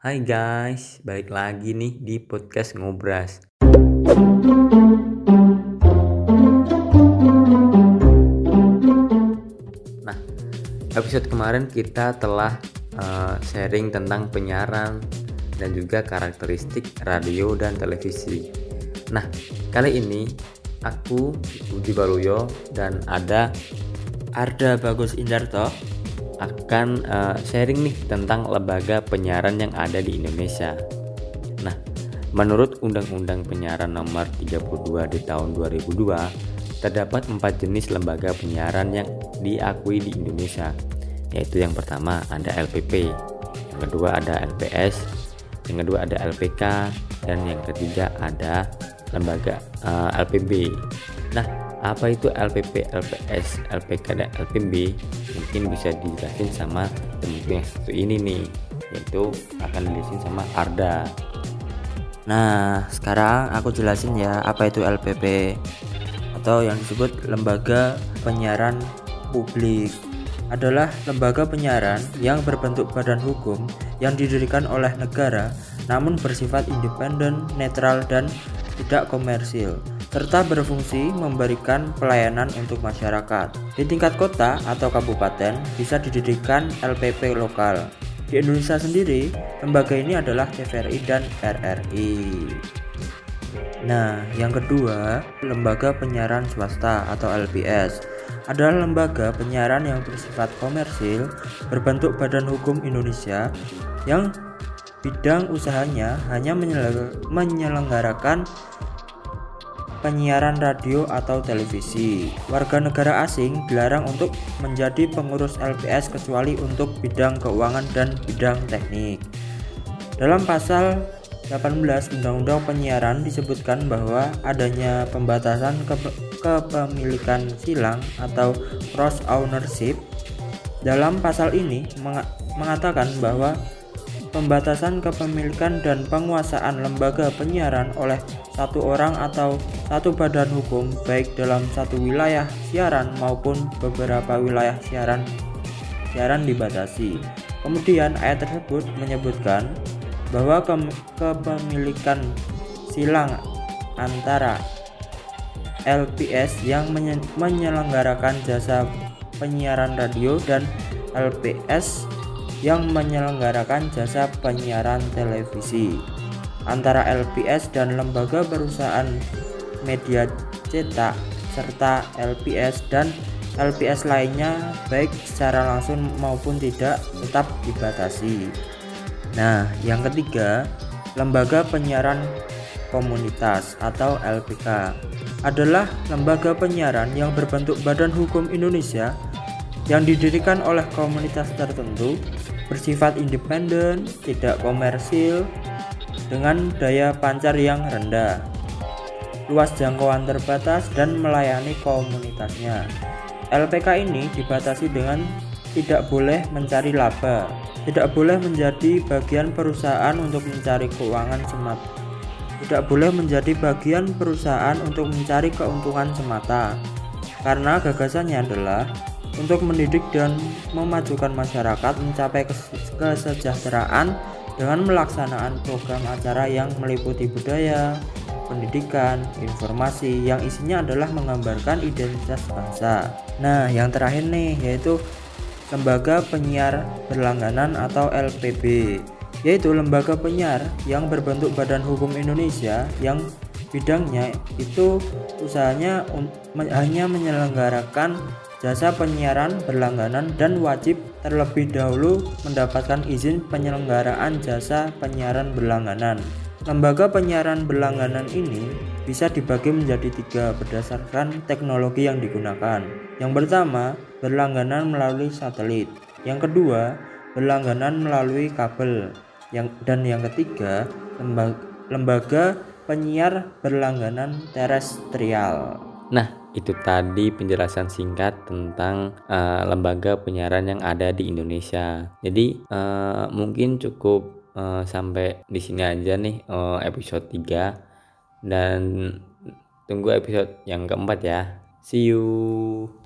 Hai guys, balik lagi nih di podcast Ngobras. Nah, episode kemarin kita telah sharing tentang penyiaran dan juga karakteristik radio dan televisi. Nah, kali ini aku Budi Waluyo dan ada Arda Bagus Indarto akan sharing nih tentang lembaga penyiaran yang ada di Indonesia. Nah, menurut Undang-Undang Penyiaran Nomor 32 di tahun 2002, terdapat 4 jenis lembaga penyiaran yang diakui di Indonesia, yaitu yang pertama ada LPP, yang kedua ada LPS, yang kedua ada LPK, dan yang ketiga ada lembaga LPB. Nah, apa itu LPP, LPS, LPK, dan LPB? Mungkin bisa dijelasin sama temanku yang satu ini nih, yaitu akan dijelasin sama Arda. Nah, sekarang aku jelasin ya apa itu LPP atau yang disebut Lembaga Penyiaran Publik. Adalah lembaga penyiaran yang berbentuk badan hukum yang didirikan oleh negara namun bersifat independen, netral, dan tidak komersil, serta berfungsi memberikan pelayanan untuk masyarakat. Di tingkat kota atau kabupaten bisa didirikan LPP lokal. Di Indonesia sendiri, lembaga ini adalah TVRI dan RRI. Nah, yang kedua, Lembaga Penyiaran Swasta atau LPS adalah lembaga penyiaran yang bersifat komersil, berbentuk badan hukum Indonesia yang bidang usahanya hanya menyelenggarakan penyiaran radio atau televisi. Warga negara asing dilarang untuk menjadi pengurus LPS kecuali untuk bidang keuangan dan bidang teknik. Dalam pasal 18 Undang-Undang Penyiaran disebutkan bahwa adanya pembatasan kepemilikan silang atau cross ownership. Dalam pasal ini mengatakan bahwa pembatasan kepemilikan dan penguasaan lembaga penyiaran oleh satu orang atau satu badan hukum baik dalam satu wilayah siaran maupun beberapa wilayah siaran dibatasi. Kemudian ayat tersebut menyebutkan bahwa kepemilikan silang antara LPS yang menyelenggarakan jasa penyiaran radio dan LPS yang menyelenggarakan jasa penyiaran televisi, antara LPS dan lembaga perusahaan media cetak, serta LPS dan LPS lainnya baik secara langsung maupun tidak tetap dibatasi. Nah, yang ketiga, Lembaga Penyiaran Komunitas atau LPK adalah lembaga penyiaran yang berbentuk badan hukum Indonesia yang didirikan oleh komunitas tertentu, bersifat independen, tidak komersil, dengan daya pancar yang rendah, luas jangkauan terbatas, dan melayani komunitasnya. LPK ini dibatasi dengan tidak boleh mencari laba, tidak boleh menjadi bagian perusahaan untuk mencari keuangan semata, tidak boleh menjadi bagian perusahaan untuk mencari keuntungan semata, karena gagasannya adalah untuk mendidik dan memajukan masyarakat mencapai kesejahteraan dengan melaksanaan program acara yang meliputi budaya, pendidikan, informasi yang isinya adalah menggambarkan identitas bangsa. Nah, yang terakhir nih yaitu Lembaga Penyiar Berlangganan atau LPB, yaitu lembaga penyiar yang berbentuk badan hukum Indonesia yang bidangnya itu usahanya hanya menyelenggarakan jasa penyiaran berlangganan dan wajib terlebih dahulu mendapatkan izin penyelenggaraan jasa penyiaran berlangganan. Lembaga penyiaran berlangganan ini bisa dibagi menjadi 3 berdasarkan teknologi yang digunakan. Yang pertama, berlangganan melalui satelit. Yang kedua, berlangganan melalui kabel. Dan yang ketiga, lembaga penyiar berlangganan terestrial. Nah, itu tadi penjelasan singkat tentang lembaga penyiaran yang ada di Indonesia. Jadi mungkin cukup sampai di sini aja nih episode 3, dan tunggu episode yang keempat ya. See you.